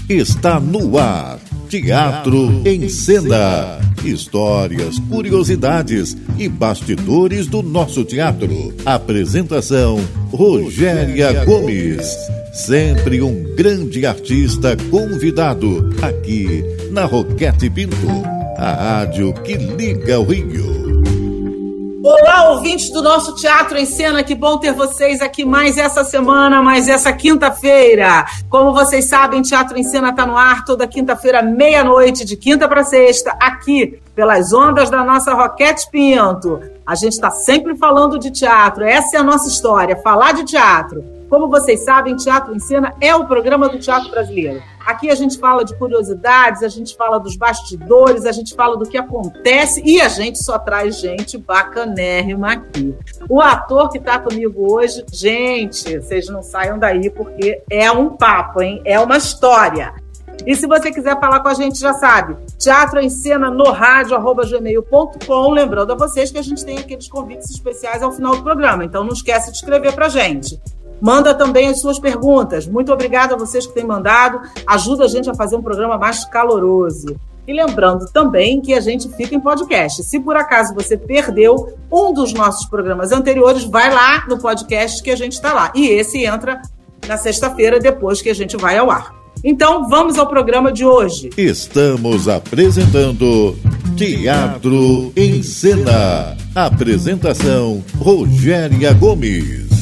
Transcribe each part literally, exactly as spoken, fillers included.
Está no ar. Teatro em Cena. Histórias, curiosidades e bastidores do nosso teatro. Apresentação: Rogéria Gomes. Sempre um grande artista convidado aqui na Roquete Pinto, a rádio que liga o Rio. Olá, ouvintes do nosso Teatro em Cena, que bom ter vocês aqui mais essa semana, mais essa quinta-feira. Como vocês sabem, Teatro em Cena está no ar toda quinta-feira, meia-noite, de quinta para sexta, aqui pelas ondas da nossa Roquete Pinto. A gente está sempre falando de teatro, essa é a nossa história, falar de teatro. Como vocês sabem, Teatro em Cena é o programa do teatro brasileiro. Aqui a gente fala de curiosidades, a gente fala dos bastidores, a gente fala do que acontece e a gente só traz gente bacanérrima aqui. O ator que está comigo hoje, gente, vocês não saiam daí porque é um papo, hein? É uma história. E se você quiser falar com a gente, já sabe, teatro em cena no rádio, arroba gmail ponto com. Lembrando a vocês que a gente tem aqueles convites especiais ao final do programa, então não esquece de escrever pra gente. Manda também as suas perguntas. Muito obrigada a vocês que têm mandado. Ajuda a gente a fazer um programa mais caloroso. E lembrando também que a gente fica em podcast. Se por acaso você perdeu um dos nossos programas anteriores, vai lá no podcast que a gente está lá. E esse entra na sexta-feira, depois que a gente vai ao ar. Então, vamos ao programa de hoje. Estamos apresentando Teatro em Cena. Apresentação: Rogéria Gomes.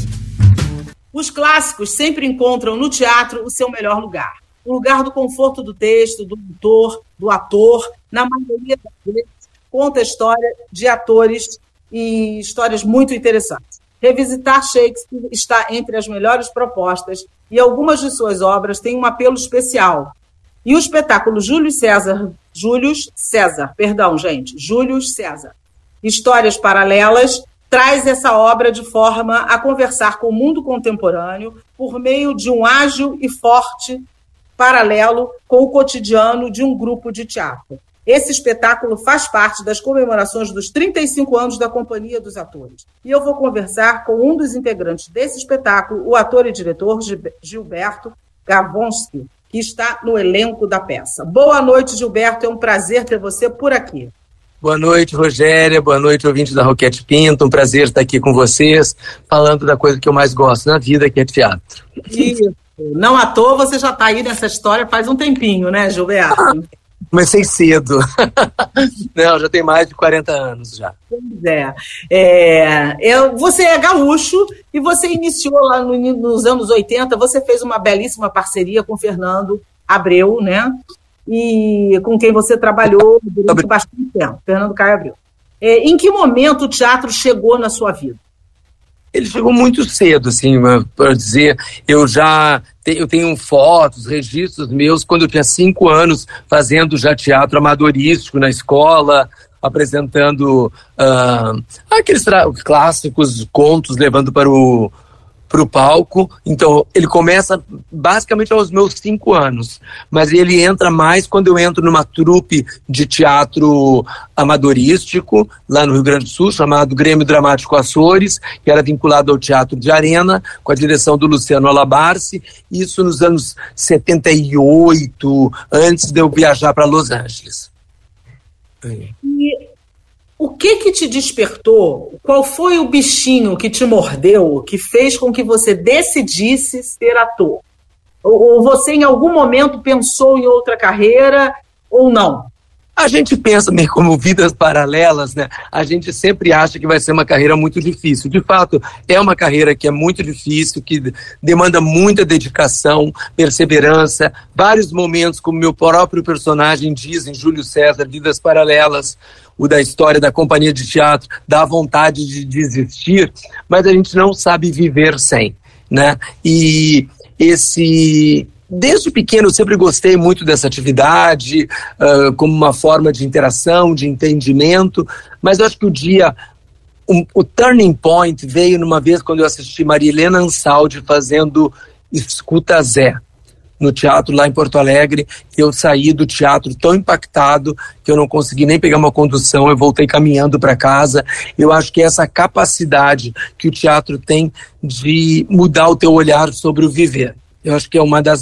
Os clássicos sempre encontram no teatro o seu melhor lugar. O lugar do conforto do texto, do autor, do ator. Na maioria das vezes, conta a história de atores e histórias muito interessantes. Revisitar Shakespeare está entre as melhores propostas e algumas de suas obras têm um apelo especial. E o espetáculo Júlio César, Júlio César, perdão, gente, Júlio César, Histórias Paralelas, traz essa obra de forma a conversar com o mundo contemporâneo por meio de um ágil e forte paralelo com o cotidiano de um grupo de teatro. Esse espetáculo faz parte das comemorações dos trinta e cinco anos da Companhia dos Atores. E eu vou conversar com um dos integrantes desse espetáculo, o ator e diretor Gilberto Gavonski, que está no elenco da peça. Boa noite, Gilberto, é um prazer ter você por aqui. Boa noite, Rogéria, boa noite, ouvintes da Roquete Pinto, um prazer estar aqui com vocês, falando da coisa que eu mais gosto na vida, que é teatro. Isso, não à toa você já está aí nessa história faz um tempinho, né, Gilberto? Ah, comecei cedo, não, já tem mais de quarenta anos já. Pois é, é, é você é gaúcho e você iniciou lá no, nos anos oitenta, você fez uma belíssima parceria com o Fernando Abreu, né? E com quem você trabalhou durante bastante tempo, Fernando Caio Abreu. É, em que momento o teatro chegou na sua vida? Ele chegou muito cedo, assim, para dizer, eu já te, eu tenho fotos, registros meus, quando eu tinha cinco anos, fazendo já teatro amadorístico na escola, apresentando uh, aqueles tra- clássicos contos, levando para o para o palco. Então ele começa basicamente aos meus cinco anos, mas ele entra mais quando eu entro numa trupe de teatro amadorístico lá no Rio Grande do Sul, chamado Grêmio Dramático Açores, que era vinculado ao Teatro de Arena, com a direção do Luciano Alabarce, isso nos anos setenta e oito, antes de eu viajar para Los Angeles. E o que que te despertou? Qual foi o bichinho que te mordeu, que fez com que você decidisse ser ator? Ou, ou você em algum momento pensou em outra carreira ou não? A gente pensa meio como vidas paralelas, né? A gente sempre acha que vai ser uma carreira muito difícil. De fato, é uma carreira que é muito difícil, que demanda muita dedicação, perseverança, vários momentos, como meu próprio personagem diz em Júlio César, Vidas Paralelas, o da história da companhia de teatro, dá vontade de desistir, mas a gente não sabe viver sem, né? E esse... Desde pequeno eu sempre gostei muito dessa atividade, uh, como uma forma de interação, de entendimento, mas eu acho que o dia, um, o turning point veio numa vez quando eu assisti Maria Helena Ansaldi fazendo Escuta Zé, no teatro lá em Porto Alegre. Eu saí do teatro tão impactado que eu não consegui nem pegar uma condução, eu voltei caminhando para casa. Eu acho que essa capacidade que o teatro tem de mudar o teu olhar sobre o viver. Eu acho que é uma das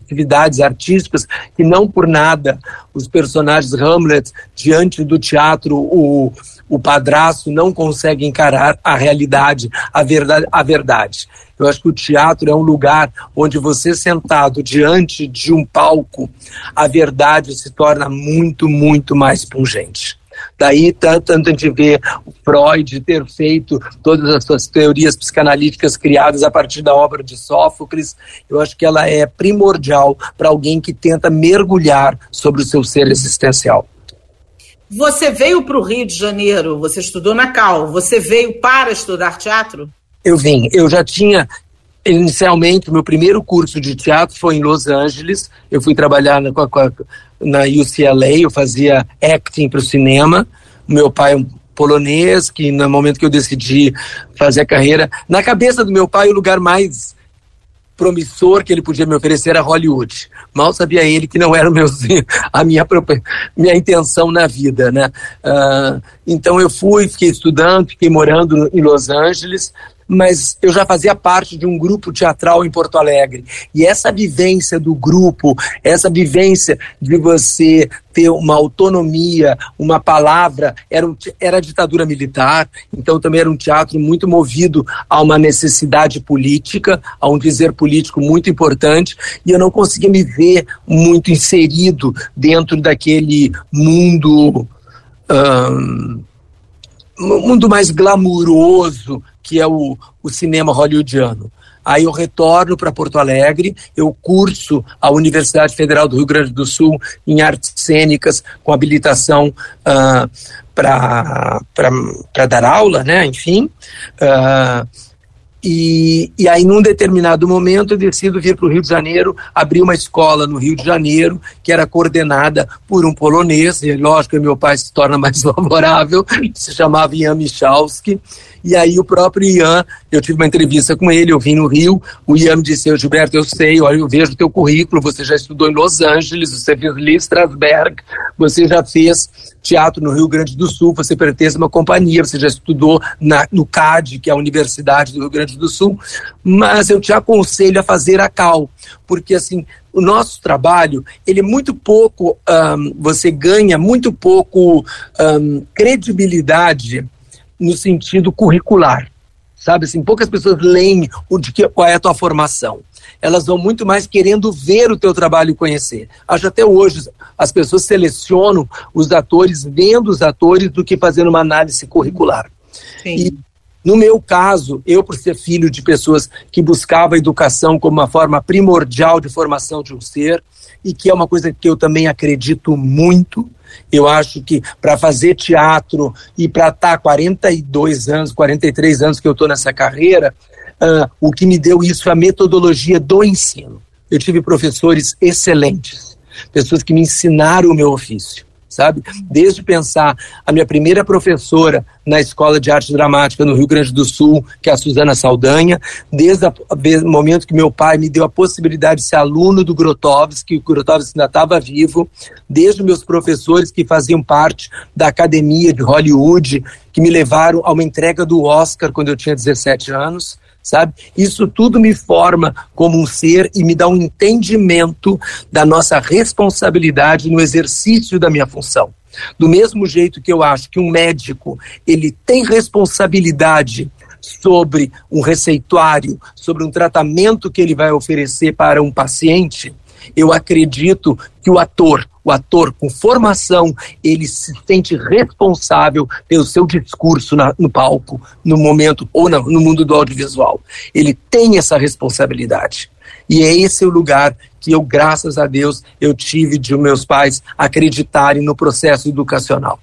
atividades artísticas, que não por nada os personagens Hamlet, diante do teatro, o, o padrasto não consegue encarar a realidade, a verdade, a verdade. Eu acho que o teatro é um lugar onde você sentado diante de um palco, a verdade se torna muito, muito mais pungente. Daí, tanto a gente vê o Freud ter feito todas as suas teorias psicanalíticas criadas a partir da obra de Sófocles, eu acho que ela é primordial para alguém que tenta mergulhar sobre o seu ser existencial. Você veio para o Rio de Janeiro, você estudou na Cal, você veio para estudar teatro? Eu vim, eu já tinha, inicialmente, o meu primeiro curso de teatro foi em Los Angeles, eu fui trabalhar na, na U C L A, eu fazia acting para o cinema, meu pai é um polonês, que no momento que eu decidi fazer a carreira, na cabeça do meu pai o lugar mais promissor que ele podia me oferecer era Hollywood. Mal sabia ele que não era o meu, a minha, minha intenção na vida, né? Uh, então eu fui, fiquei estudando, fiquei morando em Los Angeles, mas eu já fazia parte de um grupo teatral em Porto Alegre. E essa vivência do grupo, essa vivência de você ter uma autonomia, uma palavra, era, um, era a ditadura militar, então também era um teatro muito movido a uma necessidade política, a um dizer político muito importante, e eu não conseguia me ver muito inserido dentro daquele mundo... Um, mundo mais glamuroso que é o, o cinema hollywoodiano. Aí eu retorno para Porto Alegre, eu curso a Universidade Federal do Rio Grande do Sul em artes cênicas, com habilitação uh, para dar aula, né? Enfim. Uh, E, e aí, num determinado momento, eu decido vir para o Rio de Janeiro, abrir uma escola no Rio de Janeiro, que era coordenada por um polonês, e lógico que meu pai se torna mais favorável, se chamava Ian Michalski, e aí o próprio Ian, eu tive uma entrevista com ele, eu vim no Rio, o Ian me disse, Gilberto, eu sei, olha, eu vejo o teu currículo, você já estudou em Los Angeles, você fez Lee Strasberg, você já fez teatro no Rio Grande do Sul, você pertence a uma companhia, você já estudou na, no C A D, que é a Universidade do Rio Grande do Sul, mas eu te aconselho a fazer a Cal, porque assim, o nosso trabalho, ele é muito pouco, um, você ganha muito pouco um, credibilidade no sentido curricular, sabe assim, poucas pessoas leem o de que, qual é a tua formação. Elas vão muito mais querendo ver o teu trabalho e conhecer. Acho até hoje as pessoas selecionam os atores vendo os atores do que fazendo uma análise curricular. Sim. E no meu caso, eu por ser filho de pessoas que buscavam a educação como uma forma primordial de formação de um ser, e que é uma coisa que eu também acredito muito, eu acho que para fazer teatro e para estar quarenta e dois anos, quarenta e três anos que eu estou nessa carreira, uh, o que me deu isso é a metodologia do ensino. Eu tive professores excelentes, pessoas que me ensinaram o meu ofício, sabe? Desde pensar a minha primeira professora na Escola de Arte Dramática no Rio Grande do Sul, que é a Suzana Saldanha, desde a, o momento que meu pai me deu a possibilidade de ser aluno do Grotowski, o Grotowski ainda estava vivo, desde meus professores que faziam parte da Academia de Hollywood, que me levaram a uma entrega do Oscar quando eu tinha dezessete anos, sabe? Isso tudo me forma como um ser e me dá um entendimento da nossa responsabilidade no exercício da minha função. Do mesmo jeito que eu acho que um médico, ele tem responsabilidade sobre um receituário, sobre um tratamento que ele vai oferecer para um paciente, eu acredito que o ator, o ator com formação, ele se sente responsável pelo seu discurso na, no palco, no momento, ou na, no mundo do audiovisual. Ele tem essa responsabilidade. E é esse o lugar que eu, graças a Deus, eu tive de meus pais acreditarem no processo educacional.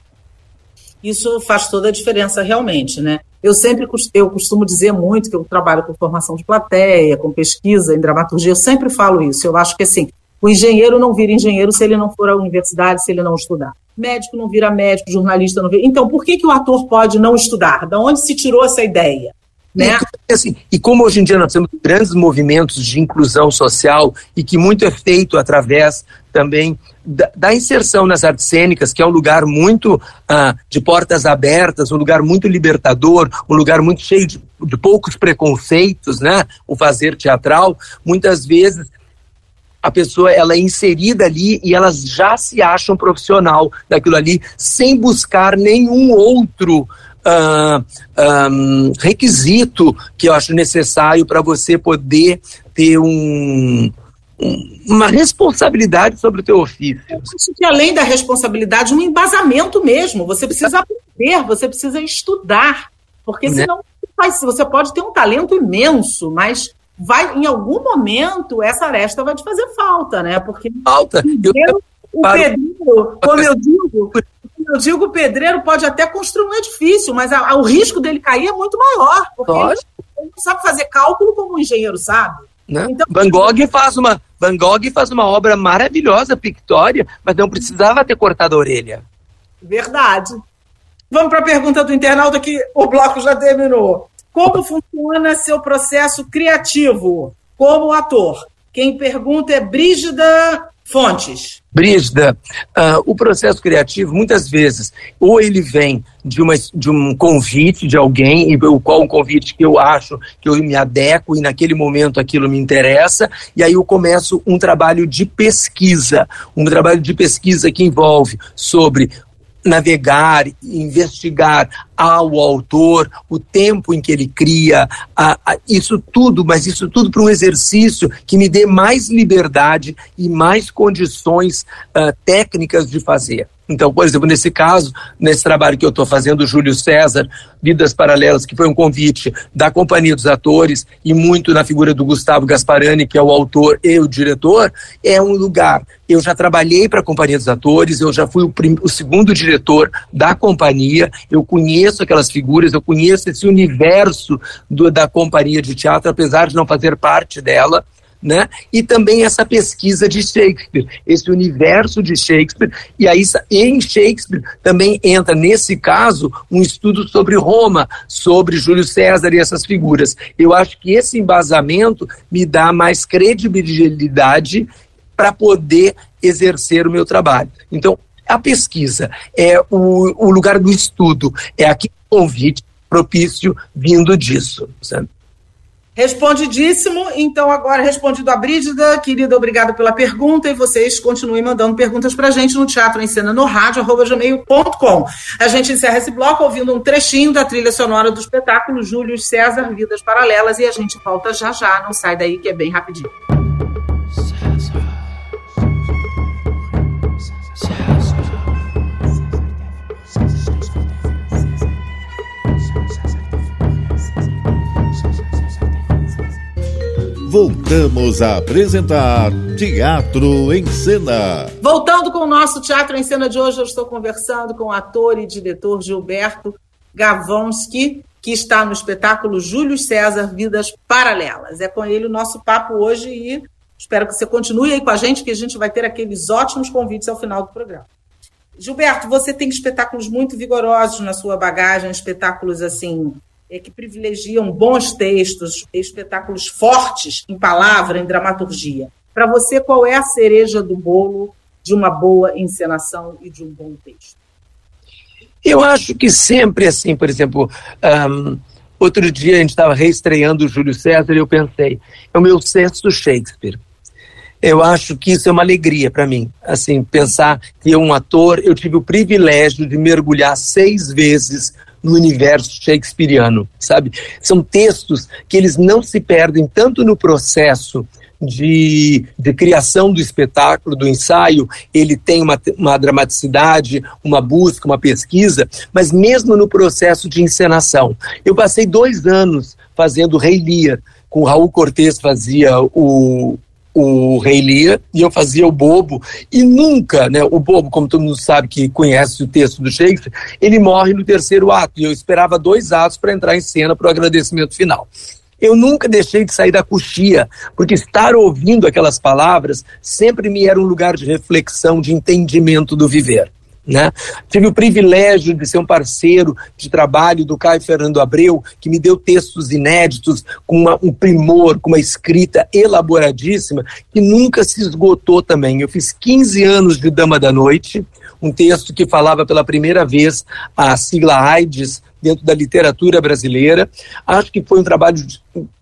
Isso faz toda a diferença realmente, né? Eu sempre eu costumo dizer muito que eu trabalho com formação de plateia, com pesquisa em dramaturgia, eu sempre falo isso. Eu acho que assim, o engenheiro não vira engenheiro se ele não for à universidade, se ele não estudar. Médico não vira médico, jornalista não vira... Então, por que, que o ator pode não estudar? Da onde se tirou essa ideia? Né? E, assim, e como hoje em dia nós temos grandes movimentos de inclusão social e que muito é feito através também da, da inserção nas artes cênicas, que é um lugar muito ah, de portas abertas, um lugar muito libertador, um lugar muito cheio de, de poucos preconceitos, né? O fazer teatral, muitas vezes a pessoa ela é inserida ali e elas já se acham profissional daquilo ali, sem buscar nenhum outro uh, um, requisito que eu acho necessário para você poder ter um, um, uma responsabilidade sobre o teu ofício. Eu acho que além da responsabilidade, um embasamento mesmo. Você precisa aprender, você precisa estudar, porque senão né? você pode ter um talento imenso, mas vai, em algum momento, essa aresta vai te fazer falta, né? Porque falta. Eu, o pedreiro, como eu digo, como eu digo, o pedreiro pode até construir um edifício, mas a, a, o risco dele cair é muito maior, porque ele, ele não sabe fazer cálculo como um engenheiro sabe. Né? Então, Van Gogh faz uma Van Gogh faz uma obra maravilhosa, pictória, mas não precisava ter cortado a orelha. Verdade. Vamos para a pergunta do internauta, que o bloco já terminou. Como funciona seu processo criativo como ator? Quem pergunta é Brígida Fontes. Brígida, uh, o processo criativo, muitas vezes, ou ele vem de, uma, de um convite de alguém, e o qual um convite que eu acho que eu me adequo e naquele momento aquilo me interessa, e aí eu começo um trabalho de pesquisa, um trabalho de pesquisa que envolve sobre navegar, investigar ao autor, o tempo em que ele cria, a, a, isso tudo, mas isso tudo para um exercício que me dê mais liberdade e mais condições uh, técnicas de fazer. Então, por exemplo, nesse caso, nesse trabalho que eu estou fazendo, Júlio César, Vidas Paralelas, que foi um convite da Companhia dos Atores e muito na figura do Gustavo Gasparani, que é o autor e o diretor, é um lugar. Eu já trabalhei para a Companhia dos Atores, eu já fui o, prim, o segundo diretor da companhia, eu conheço aquelas figuras, eu conheço esse universo do, da companhia de teatro, apesar de não fazer parte dela. Né? E também essa pesquisa de Shakespeare, esse universo de Shakespeare, e aí em Shakespeare também entra, nesse caso, um estudo sobre Roma, sobre Júlio César e essas figuras. Eu acho que esse embasamento me dá mais credibilidade para poder exercer o meu trabalho. Então, a pesquisa é o, o lugar do estudo, é aqui o convite propício vindo disso, sabe? Respondidíssimo. Então, agora respondido a Brígida, querida, obrigado pela pergunta, e vocês continuem mandando perguntas pra gente no Teatro em Cena no rádio, arroba gmail ponto com. A gente encerra esse bloco ouvindo um trechinho da trilha sonora do espetáculo Júlio César, Vidas Paralelas, e a gente volta já já, não sai daí que é bem rapidinho. Voltamos a apresentar Teatro em Cena. Voltando com o nosso Teatro em Cena de hoje, eu estou conversando com o ator e diretor Gilberto Gavonski, que está no espetáculo Júlio César, Vidas Paralelas. É com ele o nosso papo hoje e espero que você continue aí com a gente, que a gente vai ter aqueles ótimos convites ao final do programa. Gilberto, você tem espetáculos muito vigorosos na sua bagagem, espetáculos assim... É que privilegiam bons textos, espetáculos fortes em palavra, em dramaturgia. Para você, qual é a cereja do bolo de uma boa encenação e de um bom texto? Eu acho que sempre assim, por exemplo, um, outro dia a gente estava reestreando o Júlio César e eu pensei, é o meu sexto Shakespeare. Eu acho que isso é uma alegria para mim, assim, pensar que eu, um ator, eu tive o privilégio de mergulhar seis vezes no universo shakespeariano, sabe? São textos que eles não se perdem tanto no processo de, de criação do espetáculo, do ensaio, ele tem uma, uma dramaticidade, uma busca, uma pesquisa, mas mesmo no processo de encenação. Eu passei dois anos fazendo Rei Lear, com o Raul Cortez fazia o... o Rei Lear, e eu fazia o Bobo, e nunca, né, o Bobo, como todo mundo sabe que conhece o texto do Shakespeare, ele morre no terceiro ato, e eu esperava dois atos para entrar em cena para o agradecimento final. Eu nunca deixei de sair da coxia, porque estar ouvindo aquelas palavras sempre me era um lugar de reflexão, de entendimento do viver. Né? Tive o privilégio de ser um parceiro de trabalho do Caio Fernando Abreu, que me deu textos inéditos, com uma, um primor, com uma escrita elaboradíssima, que nunca se esgotou também. Eu fiz quinze anos de Dama da Noite, um texto que falava pela primeira vez a sigla AIDS dentro da literatura brasileira. Acho que foi um trabalho de,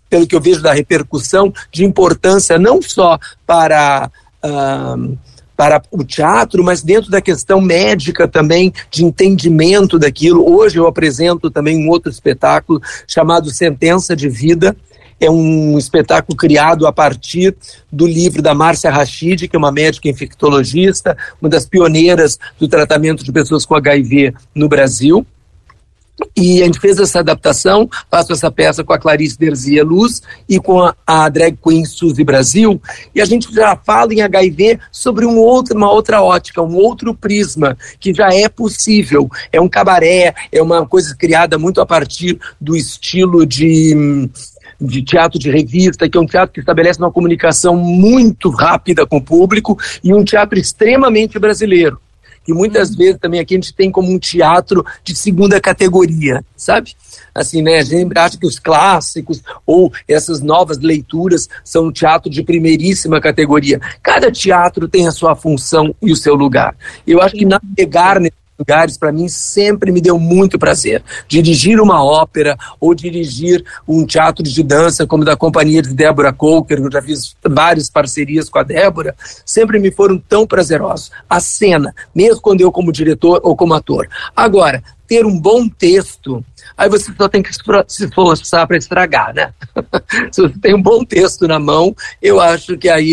pelo que eu vejo da repercussão, de importância não só para, uh, para o teatro, mas dentro da questão médica também, de entendimento daquilo. Hoje eu apresento também um outro espetáculo chamado Sentença de Vida. É um espetáculo criado a partir do livro da Márcia Rachid, que é uma médica infectologista, uma das pioneiras do tratamento de pessoas com H I V no Brasil. E a gente fez essa adaptação, faço essa peça com a Clarice Derzia Luz e com a, a drag queen Suzy Brasil, e a gente já fala em H I V sobre um outro, uma outra ótica, um outro prisma, que já é possível. É um cabaré, é uma coisa criada muito a partir do estilo de... de teatro de revista, que é um teatro que estabelece uma comunicação muito rápida com o público, e um teatro extremamente brasileiro, que muitas vezes também aqui a gente tem como um teatro de segunda categoria, sabe? Assim, né, a gente acha que os clássicos ou essas novas leituras são um teatro de primeiríssima categoria. Cada teatro tem a sua função e o seu lugar. Eu acho que navegar nesses lugares, para mim, sempre me deu muito prazer. Dirigir uma ópera ou dirigir um teatro de dança, como da companhia de Débora Coker, eu já fiz várias parcerias com a Débora, sempre me foram tão prazerosos. A cena, mesmo quando eu como diretor ou como ator. Agora, ter um bom texto, aí você só tem que se esforçar para estragar, né? Se você tem um bom texto na mão, eu acho que aí...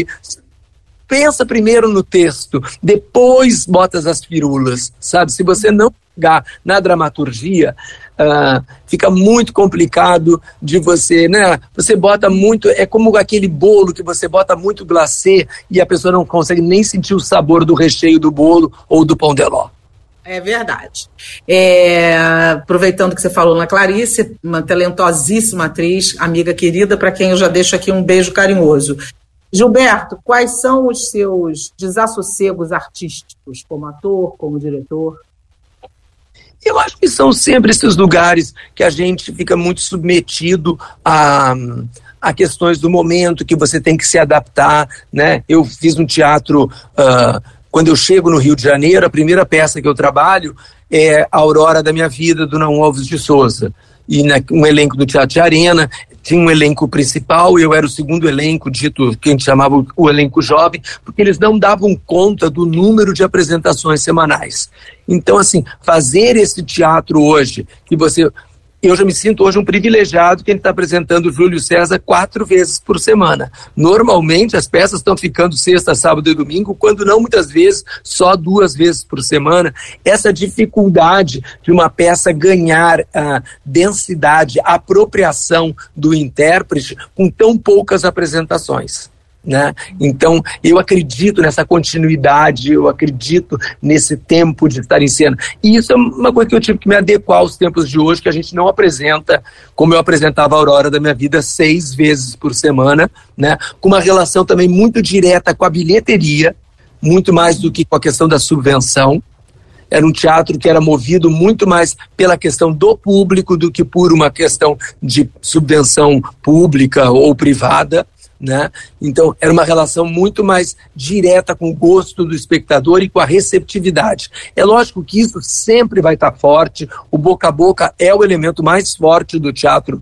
Pensa primeiro no texto, depois botas as firulas, sabe? Se você não pegar na dramaturgia, uh, fica muito complicado de você, né? Você bota muito, é como aquele bolo que você bota muito glacê e a pessoa não consegue nem sentir o sabor do recheio do bolo ou do pão de ló. É verdade. É, aproveitando que você falou na Clarice, uma talentosíssima atriz, amiga querida, para quem eu já deixo aqui um beijo carinhoso. Gilberto, quais são os seus desassossegos artísticos, como ator, como diretor? Eu acho que são sempre esses lugares que a gente fica muito submetido a, a questões do momento, que você tem que se adaptar, né? Eu fiz um teatro, uh, quando eu chego no Rio de Janeiro, a primeira peça que eu trabalho é A Aurora da Minha Vida, do Naum Alves de Souza. E na, um elenco do Teatro de Arena, tinha um elenco principal, eu era o segundo elenco, dito que a gente chamava o, o elenco jovem, porque eles não davam conta do número de apresentações semanais. Então, assim, fazer esse teatro hoje, que você... Eu já me sinto hoje um privilegiado que ele está apresentando o Júlio César quatro vezes por semana. Normalmente as peças estão ficando sexta, sábado e domingo, quando não muitas vezes só duas vezes por semana. Essa dificuldade de uma peça ganhar a densidade, a apropriação do intérprete com tão poucas apresentações. Né? Então, eu acredito nessa continuidade, eu acredito nesse tempo de estar em cena. E isso é uma coisa que eu tive que me adequar aos tempos de hoje, que a gente não apresenta como eu apresentava a Aurora da Minha Vida seis vezes por semana, né? Com uma relação também muito direta com a bilheteria, muito mais do que com a questão da subvenção. Era um teatro que era movido muito mais pela questão do público do que por uma questão de subvenção pública ou privada. Né? Então era uma relação muito mais direta com o gosto do espectador e com a receptividade. É lógico que isso sempre vai estar forte, o boca a boca é o elemento mais forte do teatro,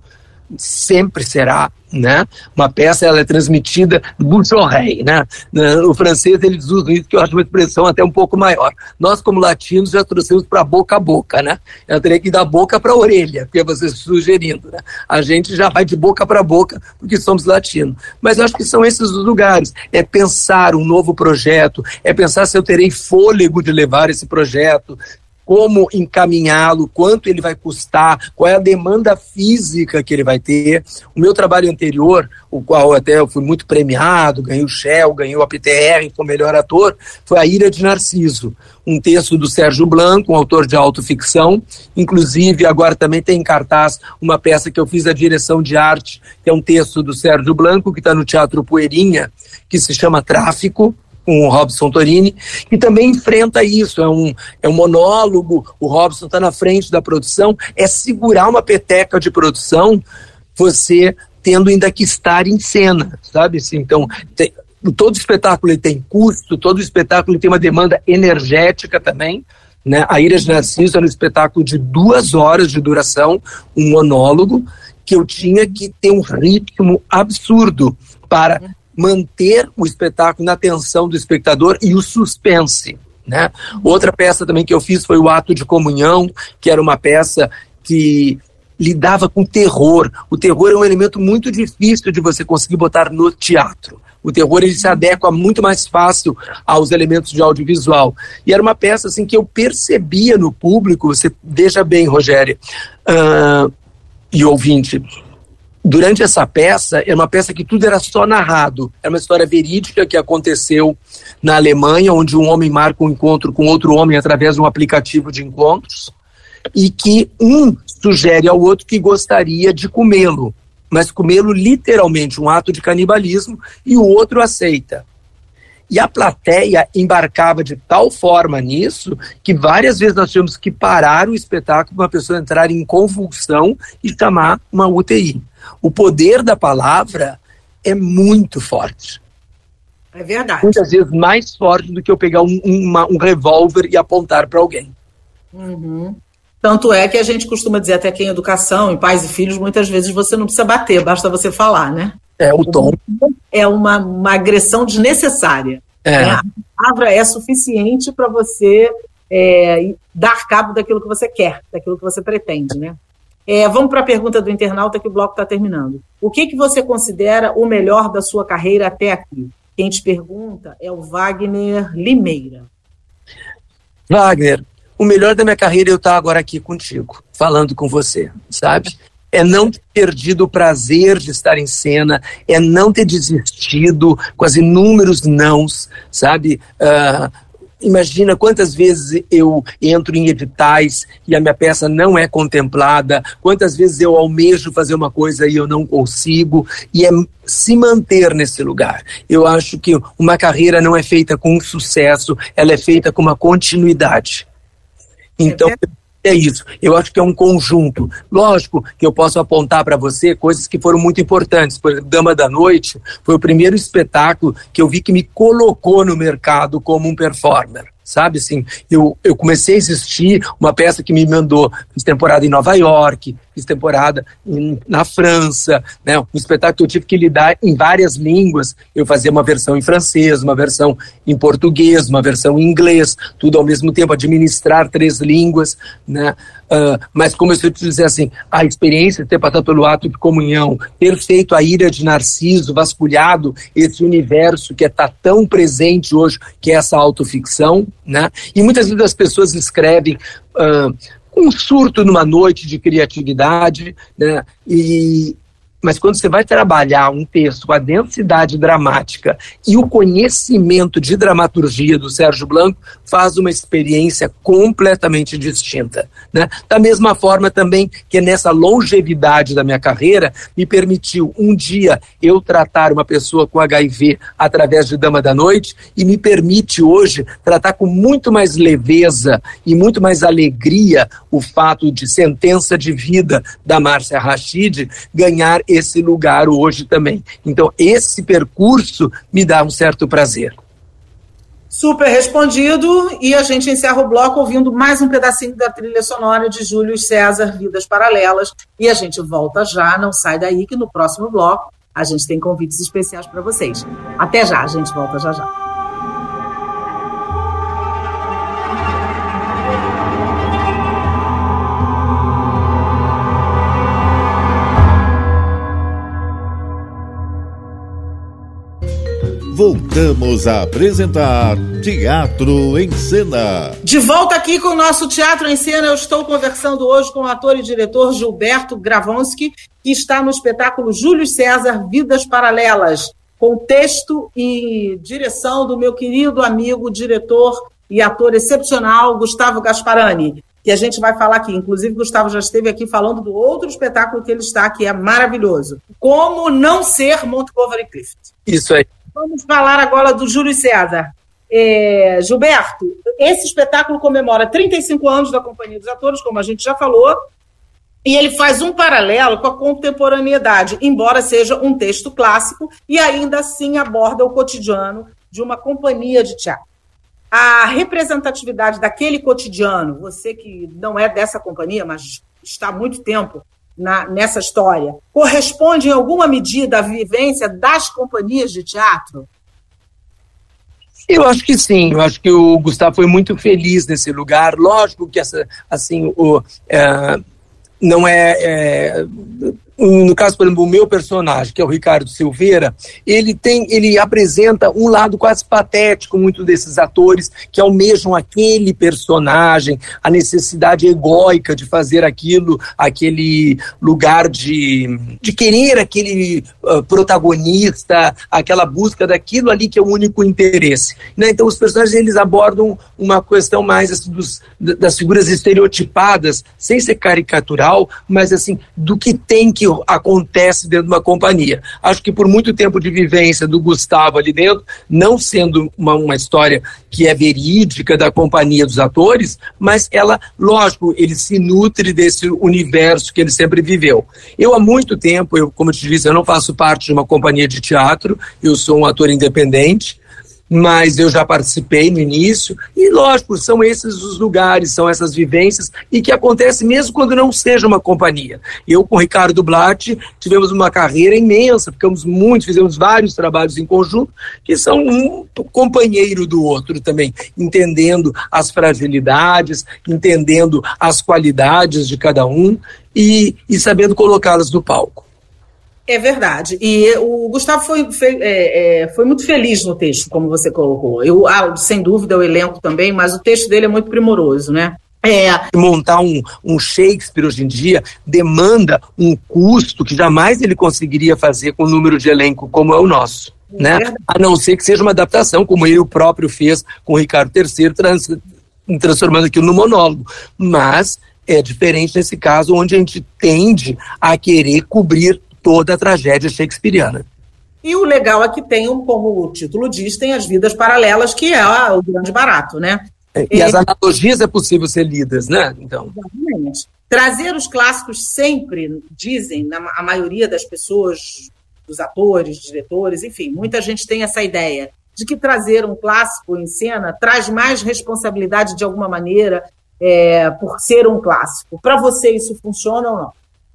sempre será, né? Uma peça ela é transmitida bouche à oreille, né? No francês eles usam isso, que eu acho uma expressão até um pouco maior. Nós, como latinos, já trouxemos para boca a boca, né? Eu teria que ir da boca para a orelha, que é você sugerindo, né? A gente já vai de boca para boca, porque somos latinos. Mas eu acho que são esses os lugares. É pensar um novo projeto, é pensar se eu terei fôlego de levar esse projeto, como encaminhá-lo, quanto ele vai custar, qual é a demanda física que ele vai ter. O meu trabalho anterior, o qual até eu fui muito premiado, ganhei o Shell, ganhei o A P T R como melhor ator, foi A Ira de Narciso, um texto do Sérgio Blanco, um autor de autoficção. Inclusive, agora também tem em cartaz uma peça que eu fiz a direção de arte, que é um texto do Sérgio Blanco, que está no Teatro Poeirinha, que se chama Tráfico, com o Robson Torini, que também enfrenta isso, é um, é um monólogo, o Robson está na frente da produção, é segurar uma peteca de produção, você tendo ainda que estar em cena, sabe? Assim, então, tem, todo espetáculo ele tem custo, todo espetáculo ele tem uma demanda energética também, né? A Ira de Narciso é um espetáculo de duas horas de duração, um monólogo, que eu tinha que ter um ritmo absurdo para manter o espetáculo na atenção do espectador e o suspense, né? Outra peça também que eu fiz foi o Ato de Comunhão, que era uma peça que lidava com terror. O terror é um elemento muito difícil de você conseguir botar no teatro. O terror, ele se adequa muito mais fácil aos elementos de audiovisual. E era uma peça assim, que eu percebia no público, você veja bem, Rogério, uh, e ouvinte, durante essa peça, era uma peça que tudo era só narrado. Era uma história verídica que aconteceu na Alemanha, onde um homem marca um encontro com outro homem através de um aplicativo de encontros, e que um sugere ao outro que gostaria de comê-lo, mas comê-lo literalmente, um ato de canibalismo, e o outro aceita. E a plateia embarcava de tal forma nisso que várias vezes nós tivemos que parar o espetáculo para uma pessoa entrar em convulsão e chamar uma U T I. O poder da palavra é muito forte. É verdade. Muitas vezes mais forte do que eu pegar um, uma, um revólver e apontar para alguém. Uhum. Tanto é que a gente costuma dizer até que em educação, em pais e filhos, muitas vezes você não precisa bater, basta você falar, né? É, o tom. É uma, uma agressão desnecessária. É. Né? A palavra é suficiente para você é, dar cabo daquilo que você quer, daquilo que você pretende, né? É, vamos para a pergunta do internauta, que o bloco está terminando. O que, que você considera o melhor da sua carreira até aqui? Quem te pergunta é o Wagner Limeira. Wagner, o melhor da minha carreira é eu estar agora aqui contigo, falando com você, sabe? É não ter perdido o prazer de estar em cena, é não ter desistido com as inúmeros nãos, sabe? Uh, imagina quantas vezes eu entro em editais e a minha peça não é contemplada, quantas vezes eu almejo fazer uma coisa e eu não consigo, e é se manter nesse lugar. Eu acho que uma carreira não é feita com sucesso, ela é feita com uma continuidade. Então, é isso. Eu acho que é um conjunto. Lógico que eu posso apontar para você coisas que foram muito importantes. Por exemplo, Dama da Noite foi o primeiro espetáculo que eu vi que me colocou no mercado como um performer. Sabe, assim, eu, eu comecei a assistir uma peça que me mandou, fiz temporada em Nova York, fiz temporada em, na França, né, um espetáculo que eu tive que lidar em várias línguas, eu fazia uma versão em francês, uma versão em português, uma versão em inglês, tudo ao mesmo tempo, administrar três línguas, né, uh, mas como eu te dizer assim, a experiência de ter passado pelo Ato de Comunhão, ter feito a Ira de Narciso, vasculhado esse universo que está tão presente hoje, que é essa autoficção, né? E muitas vezes as pessoas escrevem uh, um surto numa noite de criatividade, né? E, mas quando você vai trabalhar um texto com a densidade dramática e o conhecimento de dramaturgia do Sérgio Blanco, faz uma experiência completamente distinta, né? Da mesma forma também que nessa longevidade da minha carreira me permitiu um dia eu tratar uma pessoa com H I V através de Dama da Noite e me permite hoje tratar com muito mais leveza e muito mais alegria o fato de Sentença de Vida da Márcia Rachid ganhar esse lugar hoje também. Então esse percurso me dá um certo prazer. Super respondido, e a gente encerra o bloco ouvindo mais um pedacinho da trilha sonora de Júlio César, Vidas Paralelas, e a gente volta já, não sai daí que no próximo bloco a gente tem convites especiais para vocês. Até já, a gente volta já já. Voltamos a apresentar Teatro em Cena. De volta aqui com o nosso Teatro em Cena, eu estou conversando hoje com o ator e diretor Gilberto Gravonsky, que está no espetáculo Júlio César, Vidas Paralelas, com texto e direção do meu querido amigo, diretor e ator excepcional, Gustavo Gasparani, que a gente vai falar aqui. Inclusive, Gustavo já esteve aqui falando do outro espetáculo que ele está, que é maravilhoso. Como Não Ser Montgomery Clift. Isso aí. Vamos falar agora do Júlio César. É, Gilberto, esse espetáculo comemora trinta e cinco anos da Companhia dos Atores, como a gente já falou, e ele faz um paralelo com a contemporaneidade, embora seja um texto clássico, e ainda assim aborda o cotidiano de uma companhia de teatro. A representatividade daquele cotidiano, você que não é dessa companhia, mas está há muito tempo na, nessa história, corresponde em alguma medida à vivência das companhias de teatro? Eu acho que sim, eu acho que o Gustavo foi muito feliz nesse lugar. Lógico que essa, assim, o, é, não é, é... No caso, por exemplo, o meu personagem, que é o Ricardo Silveira, ele tem, ele apresenta um lado quase patético, muito desses atores que almejam aquele personagem, a necessidade egóica de fazer aquilo, aquele lugar de, de querer aquele uh, protagonista, aquela busca daquilo ali que é o único interesse, né? Então os personagens, eles abordam uma questão mais assim, dos, das figuras estereotipadas, sem ser caricatural, mas assim, do que tem que acontece dentro de uma companhia. Acho que por muito tempo de vivência do Gustavo ali dentro, não sendo uma, uma história que é verídica da companhia dos atores, mas ela, lógico, ele se nutre desse universo que ele sempre viveu. Eu há muito tempo, eu, como eu te disse, eu não faço parte de uma companhia de teatro, eu sou um ator independente, mas eu já participei no início, e lógico, são esses os lugares, são essas vivências, e que acontece mesmo quando não seja uma companhia. Eu com o Ricardo Blatt tivemos uma carreira imensa, ficamos muito, fizemos vários trabalhos em conjunto, que são um companheiro do outro também, entendendo as fragilidades, entendendo as qualidades de cada um, e, e sabendo colocá-las no palco. É verdade. E o Gustavo foi, foi, é, foi muito feliz no texto, como você colocou. Eu, ah, sem dúvida, o elenco também, mas o texto dele é muito primoroso, né? É. Montar um, um Shakespeare hoje em dia demanda um custo que jamais ele conseguiria fazer com um número de elenco como é o nosso. É, né? A não ser que seja uma adaptação, como ele o próprio fez com o Ricardo terceiro, trans, transformando aquilo no monólogo. Mas é diferente nesse caso, onde a gente tende a querer cobrir toda a tragédia shakespeariana. E o legal é que tem, como o título diz, tem as vidas paralelas, que é o grande barato, né? E, e as analogias é possível ser lidas, né? Então. Exatamente. Trazer os clássicos sempre, dizem, na, a maioria das pessoas, dos atores, diretores, enfim, muita gente tem essa ideia de que trazer um clássico em cena traz mais responsabilidade de alguma maneira é, por ser um clássico. Para você isso funciona ou não?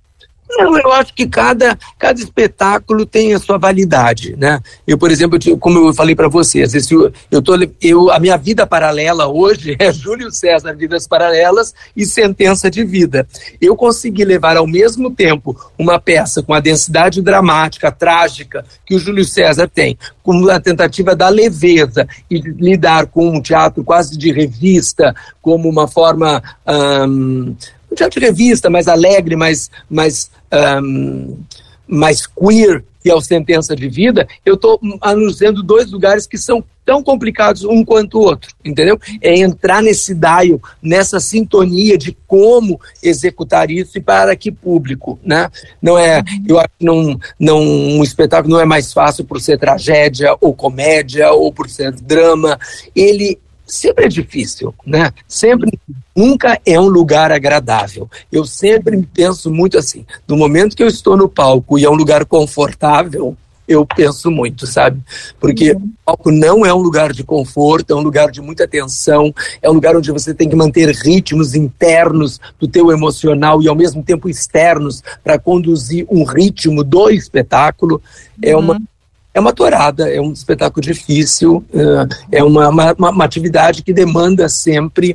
Não, eu acho que cada, cada espetáculo tem a sua validade, né? Eu, por exemplo, como eu falei para você, às vezes eu, eu tô, eu, a minha vida paralela hoje é Júlio César, Vidas Paralelas e Sentença de Vida. Eu consegui levar ao mesmo tempo uma peça com a densidade dramática, trágica, que o Júlio César tem, com a tentativa da leveza e de lidar com um teatro quase de revista, como uma forma... Hum, um teatro de revista, mais alegre, mais, mais, um, mais queer, que é o Sentença de Vida, eu estou anunciando dois lugares que são tão complicados um quanto o outro, entendeu? É entrar nesse dial, nessa sintonia de como executar isso e para que público, né? Não é, eu acho que não, não, um espetáculo não é mais fácil por ser tragédia ou comédia ou por ser drama, ele sempre é difícil, né? Sempre, nunca é um lugar agradável. Eu sempre penso muito assim, no momento que eu estou no palco e é um lugar confortável, eu penso muito, sabe? Porque uhum. o palco não é um lugar de conforto, é um lugar de muita tensão, é um lugar onde você tem que manter ritmos internos do teu emocional e ao mesmo tempo externos para conduzir um ritmo do espetáculo. Uhum. É uma É uma tourada, é um espetáculo difícil, é uma, uma, uma atividade que demanda sempre,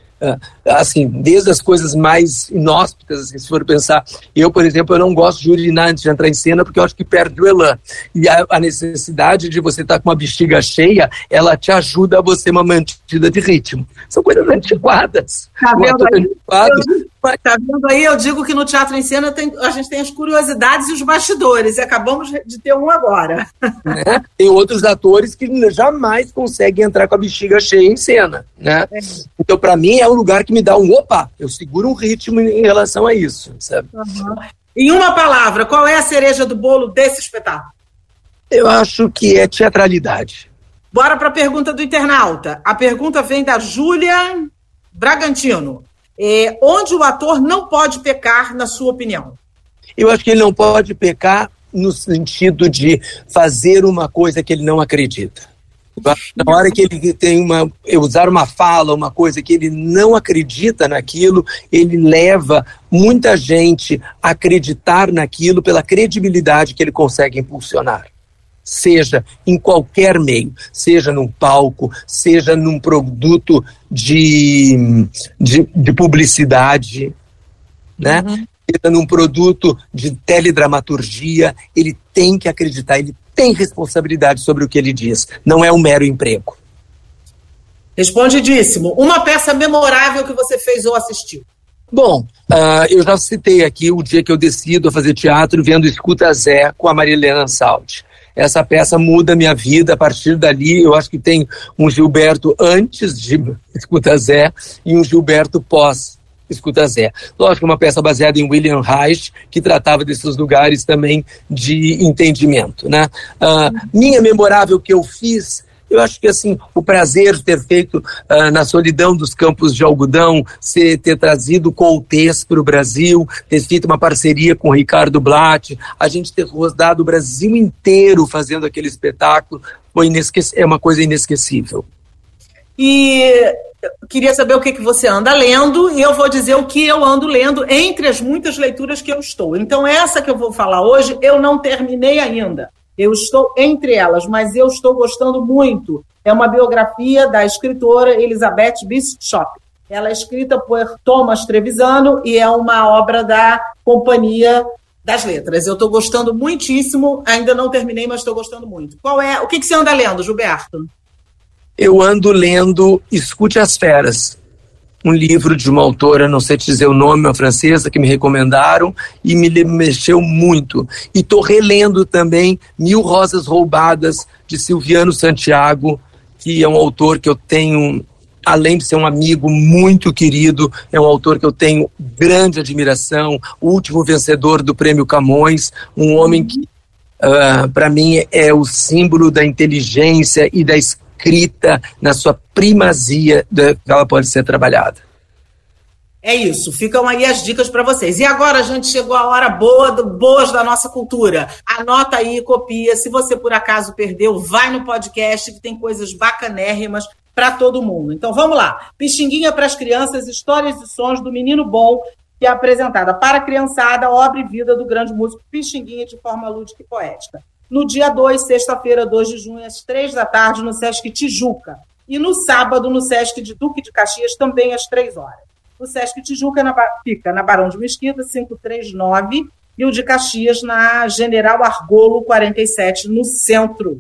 assim, desde as coisas mais inóspitas, assim, se for pensar. Eu, por exemplo, eu não gosto de urinar antes de entrar em cena porque eu acho que perde o elan. E a, a necessidade de você estar com uma bexiga cheia, ela te ajuda a você uma mantida de ritmo. São coisas antiquadas. Tá vendo aí? Antiquado, eu, mas... Tá vendo aí? Eu digo que no teatro em cena tem, a gente tem as curiosidades e os bastidores, e acabamos de ter um agora. É, tem outros atores que jamais conseguem entrar com a bexiga cheia em cena, né? É. Então, para mim, é um lugar que me dá um opa, eu seguro um ritmo em relação a isso, sabe? Uhum. Em uma palavra, qual é a cereja do bolo desse espetáculo? Eu acho que é teatralidade. Bora para a pergunta do internauta. A pergunta vem da Júlia Bragantino. É, onde o ator não pode pecar, na sua opinião? Eu acho que ele não pode pecar no sentido de fazer uma coisa que ele não acredita. Na hora que ele tem uma, usar uma fala, uma coisa que ele não acredita naquilo, ele leva muita gente a acreditar naquilo pela credibilidade que ele consegue impulsionar. Seja em qualquer meio, seja num palco, seja num produto de, de, de publicidade, né? Uhum. Seja num produto de teledramaturgia, ele tem que acreditar, ele tem responsabilidade sobre o que ele diz, não é um mero emprego. Respondidíssimo. Uma peça memorável que você fez ou assistiu? Bom, uh, eu já citei aqui o dia que eu decido a fazer teatro vendo Escuta Zé com a Marilena Ansaldi. Essa peça muda a minha vida. A partir dali, eu acho que tem um Gilberto antes de Escuta Zé e um Gilberto pós Escuta Zé. Lógico, uma peça baseada em William Reich, que tratava desses lugares também de entendimento, né? Uh, minha memorável que eu fiz, eu acho que assim, o prazer de ter feito uh, na solidão dos campos de algodão, ser, ter trazido Coltês para o Brasil, ter feito uma parceria com o Ricardo Blatt, a gente ter rodado o Brasil inteiro fazendo aquele espetáculo, foi inesque- é uma coisa inesquecível. E eu queria saber o que, que você anda lendo, e eu vou dizer o que eu ando lendo entre as muitas leituras que eu estou. Então, essa que eu vou falar hoje, eu não terminei ainda. Eu estou entre elas, mas eu estou gostando muito. É uma biografia da escritora Elizabeth Bishop. Ela é escrita por Thomas Trevisano e é uma obra da Companhia das Letras. Eu estou gostando muitíssimo, ainda não terminei, mas estou gostando muito. Qual é? O que, que você anda lendo, Gilberto? Eu ando lendo Escute as Feras, um livro de uma autora, não sei te dizer o nome, uma francesa, que me recomendaram e me mexeu muito. E estou relendo também Mil Rosas Roubadas, de Silviano Santiago, que é um autor que eu tenho, além de ser um amigo muito querido, é um autor que eu tenho grande admiração, o último vencedor do Prêmio Camões, um homem que, uh, para mim, é o símbolo da inteligência e da escrita, escrita na sua primazia que ela pode ser trabalhada. É isso, ficam aí as dicas para vocês. E agora, gente, chegou a hora boa, do, boas da nossa cultura. Anota aí, copia. Se você por acaso perdeu, vai no podcast que tem coisas bacanérrimas para todo mundo. Então vamos lá. Pixinguinha para as crianças, histórias e sons do Menino Bom, que é apresentada para a criançada, obra e vida do grande músico Pixinguinha de forma lúdica e poética. No dia dois, sexta-feira, dois de junho, às três da tarde, no Sesc Tijuca. E no sábado, no Sesc de Duque de Caxias, também às três horas. O Sesc Tijuca na, fica na Barão de Mesquita, quinhentos e trinta e nove, e o de Caxias na General Argolo, quarenta e sete, no centro.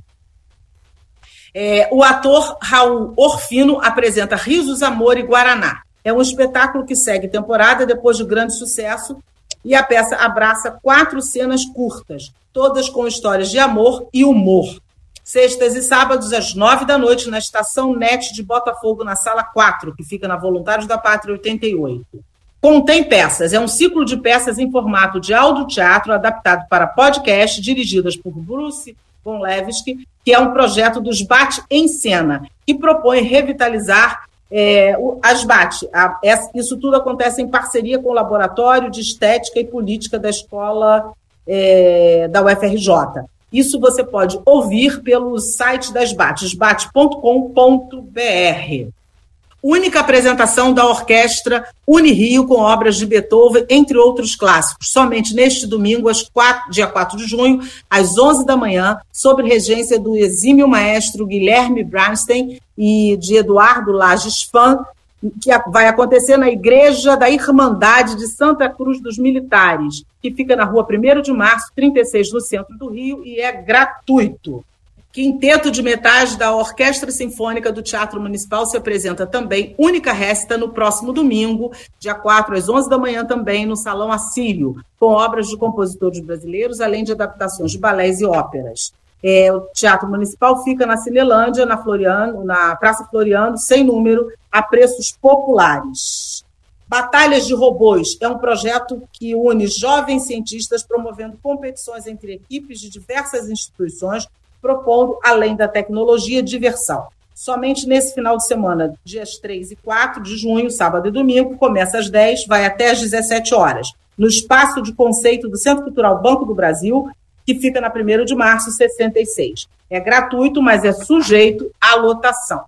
É, o ator Raul Orfino apresenta Risos, Amor e Guaraná. É um espetáculo que segue temporada depois de grande sucesso, e a peça abraça quatro cenas curtas, todas com histórias de amor e humor. Sextas e sábados, às nove da noite, na Estação Net de Botafogo, na Sala quatro, que fica na Voluntários da Pátria oitenta e oito. Contém Peças é um ciclo de peças em formato de audioteatro adaptado para podcast, dirigidas por Bruce Gonlewski, que é um projeto dos Bate em Cena, que propõe revitalizar É, as BAT. A, isso tudo acontece em parceria com o Laboratório de Estética e Política da Escola é, da U F R J. Isso você pode ouvir pelo site das BAT, esbate ponto com ponto b r. Única apresentação da Orquestra Unirio com obras de Beethoven, entre outros clássicos, somente neste domingo, às quatro, dia quatro de junho, às onze da manhã, sob regência do exímio maestro Guilherme Bernstein e de Eduardo Lages Fan, que vai acontecer na Igreja da Irmandade de Santa Cruz dos Militares, que fica na rua primeiro de março, trinta e seis, no centro do Rio, e é gratuito. Quinteto de Metais da Orquestra Sinfônica do Teatro Municipal se apresenta também, única récita, no próximo domingo, dia quatro, às onze da manhã, também no Salão Assírio, com obras de compositores brasileiros, além de adaptações de balés e óperas. É, o Teatro Municipal fica na Cinelândia, na, Floriano, na Praça Floriano, sem número, a preços populares. Batalhas de Robôs é um projeto que une jovens cientistas promovendo competições entre equipes de diversas instituições, propondo, além da tecnologia, diversão. Somente nesse final de semana, dias três e quatro de junho, sábado e domingo, começa às dez, vai até às dezessete horas, no Espaço de Conceito do Centro Cultural Banco do Brasil, que fica na primeiro de março, sessenta e seis. É gratuito, mas é sujeito à lotação.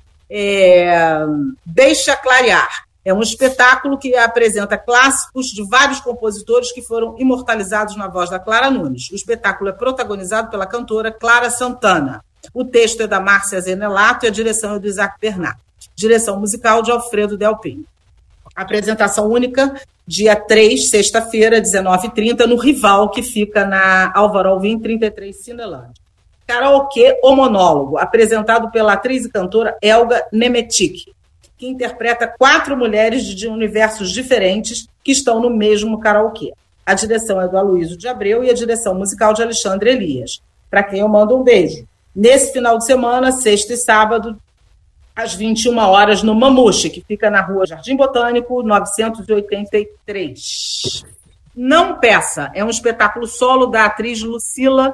É... Deixa clarear. É um espetáculo que apresenta clássicos de vários compositores que foram imortalizados na voz da Clara Nunes. O espetáculo é protagonizado pela cantora Clara Santana. O texto é da Márcia Zenelato e a direção é do Isaac Bernard. Direção musical de Alfredo Delpini. Apresentação única, dia três, sexta-feira, dezenove e trinta, no Rival, que fica na Álvaro Alvim, trinta e três, Cinelândia. Karaokê ou monólogo, apresentado pela atriz e cantora Elga Nemetic, que interpreta quatro mulheres de universos diferentes que estão no mesmo karaokê. A direção é do Aloysio de Abreu e a direção musical de Alexandre Elias, para quem eu mando um beijo. Nesse final de semana, sexta e sábado, às vinte e uma horas, no Mamuxe, que fica na rua Jardim Botânico, novecentos e oitenta e três. Não Peça é um espetáculo solo da atriz Lucila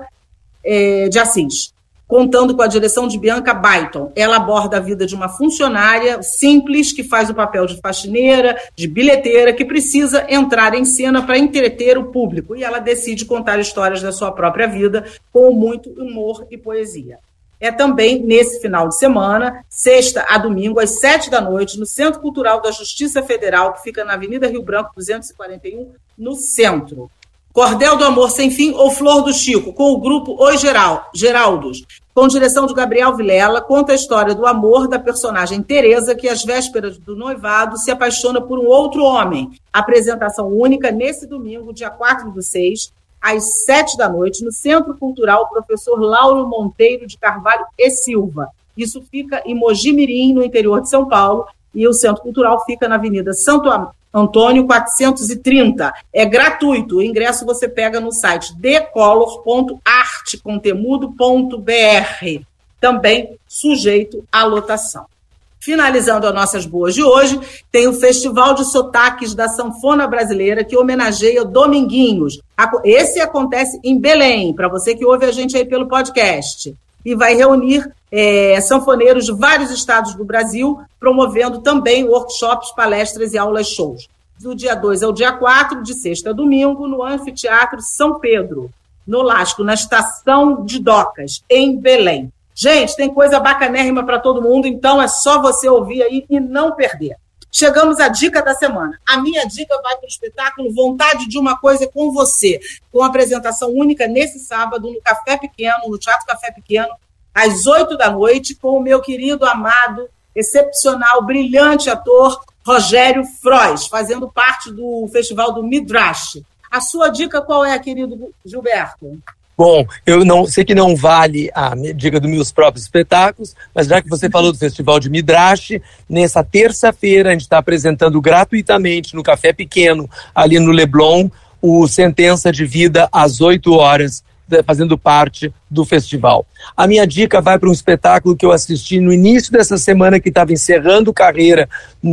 eh, de Assis, contando com a direção de Bianca Byton. Ela aborda a vida de uma funcionária simples que faz o papel de faxineira, de bilheteira, que precisa entrar em cena para entreter o público. E ela decide contar histórias da sua própria vida com muito humor e poesia. É também nesse final de semana, sexta a domingo, às sete da noite, no Centro Cultural da Justiça Federal, que fica na Avenida Rio Branco, duzentos e quarenta e um, no centro. Cordel do Amor Sem Fim ou Flor do Chico, com o grupo Oi Geral, Geraldos, com direção de Gabriel Vilela, conta a história do amor da personagem Teresa, que às vésperas do noivado se apaixona por um outro homem. Apresentação única nesse domingo, dia quatro do seis, às sete da noite, no Centro Cultural Professor Lauro Monteiro de Carvalho e Silva. Isso fica em Mogi Mirim, no interior de São Paulo, e o Centro Cultural fica na Avenida Santo Antônio, quatrocentos e trinta. É gratuito. O ingresso você pega no site decolor ponto arte com temudo ponto b r. Também sujeito à lotação. Finalizando as nossas boas de hoje, tem o Festival de Sotaques da Sanfona Brasileira, que homenageia Dominguinhos. Esse acontece em Belém, para você que ouve a gente aí pelo podcast. E vai reunir é, sanfoneiros de vários estados do Brasil, promovendo também workshops, palestras e aulas shows. Do dia dois ao dia quatro, de sexta a domingo, no Anfiteatro São Pedro, no Lasco, na Estação de Docas, em Belém. Gente, tem coisa bacanérrima para todo mundo, então é só você ouvir aí e não perder. Chegamos à dica da semana. A minha dica vai para o espetáculo Vontade de uma Coisa com Você, com apresentação única nesse sábado no Café Pequeno, no Teatro Café Pequeno, às oito da noite, com o meu querido, amado, excepcional, brilhante ator Rogério Frois, fazendo parte do Festival do Midrash. A sua dica qual é, querido Gilberto? Bom, eu não sei que não vale a dica dos meus próprios espetáculos, mas já que você falou do Festival de Midrash, nessa terça-feira a gente está apresentando gratuitamente no Café Pequeno, ali no Leblon, o Sentença de Vida às oito horas, fazendo parte do festival. A minha dica vai para um espetáculo que eu assisti no início dessa semana, que estava encerrando carreira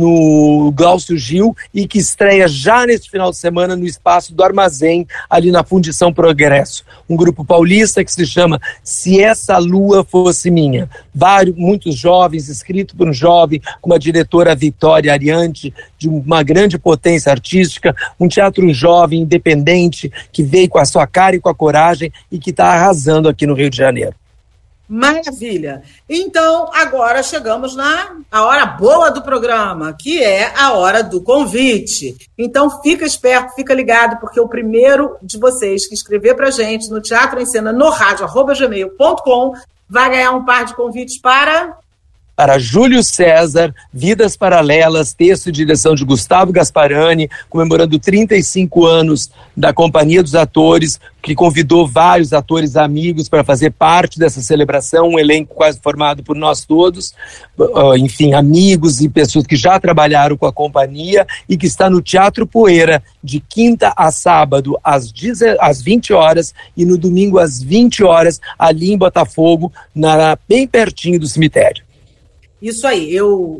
no Glaucio Gil e que estreia já neste final de semana no Espaço do Armazém, ali na Fundição Progresso. Um grupo paulista que se chama Se Essa Lua Fosse Minha. Vários, muitos jovens, escrito por um jovem, com uma diretora Vitória Ariante, de uma grande potência artística, um teatro jovem, independente, que veio com a sua cara e com a coragem e que está arrasando aqui no Rio de Janeiro. Maravilha! Então, agora chegamos na a hora boa do programa, que é a hora do convite. Então, fica esperto, fica ligado, porque o primeiro de vocês que escrever pra gente no Teatro em Cena, no rádio, arroba gmail ponto com, vai ganhar um par de convites para... Para Júlio César, Vidas Paralelas, texto e direção de Gustavo Gasparani, comemorando trinta e cinco anos da Companhia dos Atores, que convidou vários atores amigos para fazer parte dessa celebração, um elenco quase formado por nós todos, uh, enfim, amigos e pessoas que já trabalharam com a companhia e que está no Teatro Poeira, de quinta a sábado, às, às vinte horas, e no domingo às vinte horas, ali em Botafogo, na, bem pertinho do cemitério. Isso aí, eu,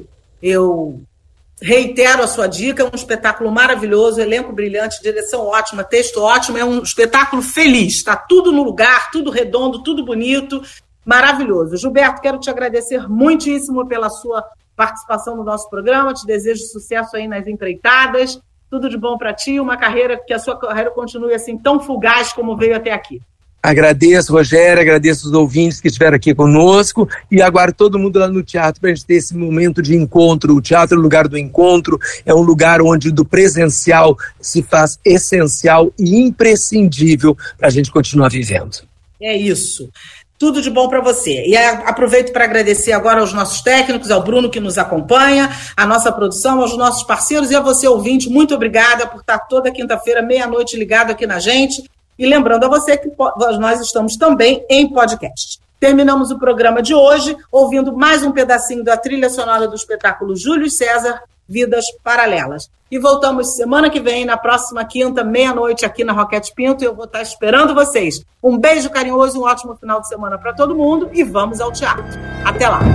eu reitero a sua dica, é um espetáculo maravilhoso, elenco brilhante, direção ótima, texto ótimo, é um espetáculo feliz, está tudo no lugar, tudo redondo, tudo bonito, maravilhoso. Gilberto, quero te agradecer muitíssimo pela sua participação no nosso programa, te desejo sucesso aí nas empreitadas, tudo de bom para ti, uma carreira, que a sua carreira continue assim tão fugaz como veio até aqui. Agradeço, Rogério, agradeço os ouvintes que estiveram aqui conosco e aguardo todo mundo lá no teatro para a gente ter esse momento de encontro. O teatro é o lugar do encontro, é um lugar onde do presencial se faz essencial e imprescindível para a gente continuar vivendo. É isso. Tudo de bom para você. E aproveito para agradecer agora aos nossos técnicos, ao Bruno que nos acompanha, à nossa produção, aos nossos parceiros e a você, ouvinte. Muito obrigada por estar toda quinta-feira, meia-noite, ligado aqui na gente. E lembrando a você que nós estamos também em podcast. Terminamos o programa de hoje ouvindo mais um pedacinho da trilha sonora do espetáculo Júlio César, Vidas Paralelas. E voltamos semana que vem, na próxima quinta, meia-noite, aqui na Roquete Pinto. Eu vou estar esperando vocês. Um beijo carinhoso e um ótimo final de semana para todo mundo. E vamos ao teatro. Até lá.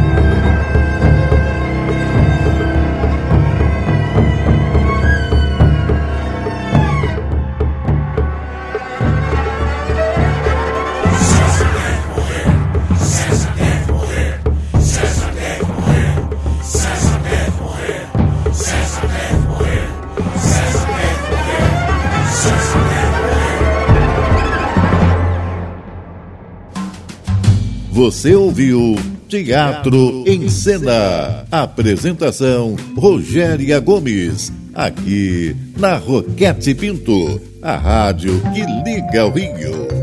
Você ouviu Teatro em Cena. Apresentação Rogéria Gomes. Aqui na Roquete Pinto, a rádio que liga o Rio.